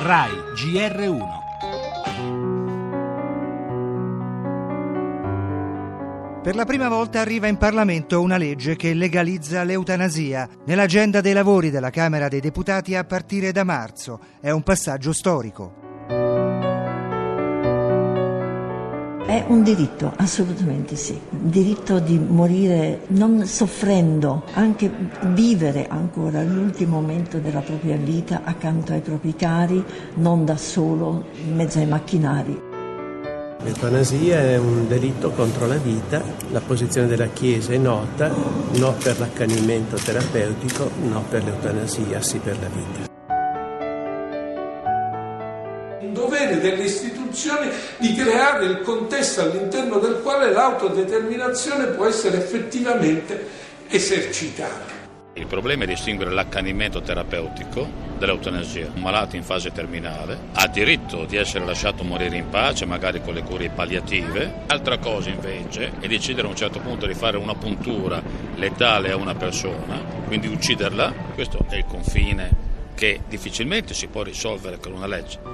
RAI GR1. Per la prima volta arriva in Parlamento una legge che legalizza l'eutanasia. Nell'agenda dei lavori della Camera dei Deputati a partire da marzo. È un passaggio storico. È un diritto, assolutamente sì. Il diritto di morire non soffrendo, anche vivere ancora l'ultimo momento della propria vita accanto ai propri cari, non da solo, in mezzo ai macchinari. L'eutanasia è un delitto contro la vita, la posizione della Chiesa è nota, no per l'accanimento terapeutico, no per l'eutanasia, sì per la vita. Il dovere delle istituzioni di creare il contesto all'interno del quale l'autodeterminazione può essere effettivamente esercitata. Il problema è distinguere l'accanimento terapeutico dall'eutanasia. Un malato in fase terminale ha diritto di essere lasciato morire in pace, magari con le cure palliative. Altra cosa invece è decidere a un certo punto di fare una puntura letale a una persona, quindi ucciderla. Questo è il confine che difficilmente si può risolvere con una legge.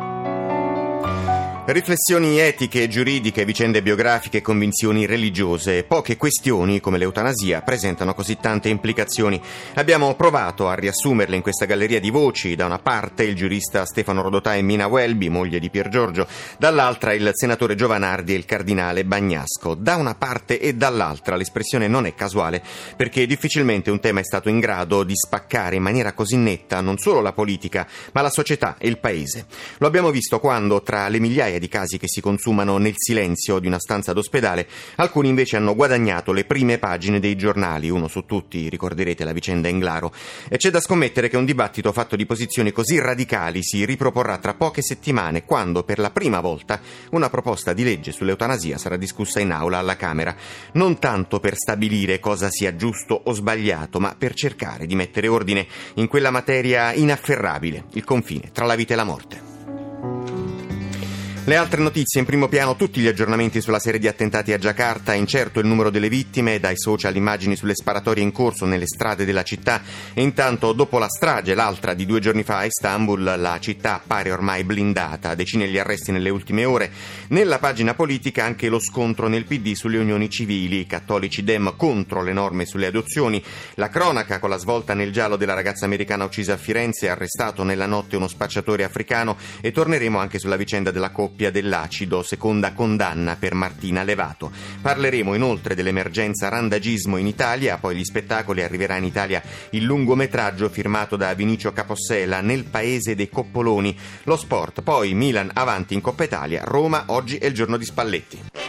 Riflessioni etiche, giuridiche, vicende biografiche e convinzioni religiose. Poche questioni, come l'eutanasia, presentano così tante implicazioni. Abbiamo provato a riassumerle in questa galleria di voci. Da una parte il giurista Stefano Rodotà e Mina Welby, moglie di Pier Giorgio, dall'altra il senatore Giovanardi e il cardinale Bagnasco. Da una parte e dall'altra l'espressione non è casuale, perché difficilmente un tema è stato in grado di spaccare in maniera così netta non solo la politica, ma la società e il paese. Lo abbiamo visto quando, tra le migliaia di casi che si consumano nel silenzio di una stanza d'ospedale, alcuni invece hanno guadagnato le prime pagine dei giornali. Uno su tutti, ricorderete la vicenda Englaro. E c'è da scommettere che un dibattito fatto di posizioni così radicali si riproporrà tra poche settimane, quando per la prima volta una proposta di legge sull'eutanasia sarà discussa in aula alla Camera. Non tanto per stabilire cosa sia giusto o sbagliato, ma per cercare di mettere ordine in quella materia inafferrabile, il confine tra la vita e la morte. Le altre notizie in primo piano, tutti gli aggiornamenti sulla serie di attentati a Giacarta, incerto il numero delle vittime, dai social immagini sulle sparatorie in corso nelle strade della città e intanto dopo la strage, l'altra di 2 giorni fa a Istanbul, la città appare ormai blindata, decine gli arresti nelle ultime ore. Nella pagina politica anche lo scontro nel PD sulle unioni civili, cattolici Dem contro le norme sulle adozioni, la cronaca con la svolta nel giallo della ragazza americana uccisa a Firenze, arrestato nella notte uno spacciatore africano, e torneremo anche sulla vicenda della coppia dell'acido, seconda condanna per Martina Levato. Parleremo inoltre dell'emergenza randagismo in Italia, poi gli spettacoli. Arriverà in Italia il lungometraggio firmato da Vinicio Capossela, Nel paese dei coppoloni. Lo sport, poi Milan avanti in Coppa Italia, Roma oggi è il giorno di Spalletti.